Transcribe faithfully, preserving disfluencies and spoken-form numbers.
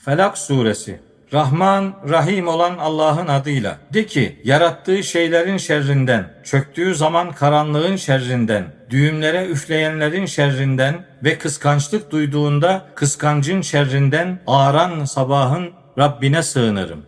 Felak Suresi. Rahman, Rahim olan Allah'ın adıyla. De ki, yarattığı şeylerin şerrinden, çöktüğü zaman karanlığın şerrinden, düğümlere üfleyenlerin şerrinden ve kıskançlık duyduğunda kıskancın şerrinden ağaran sabahın Rabbine sığınırım.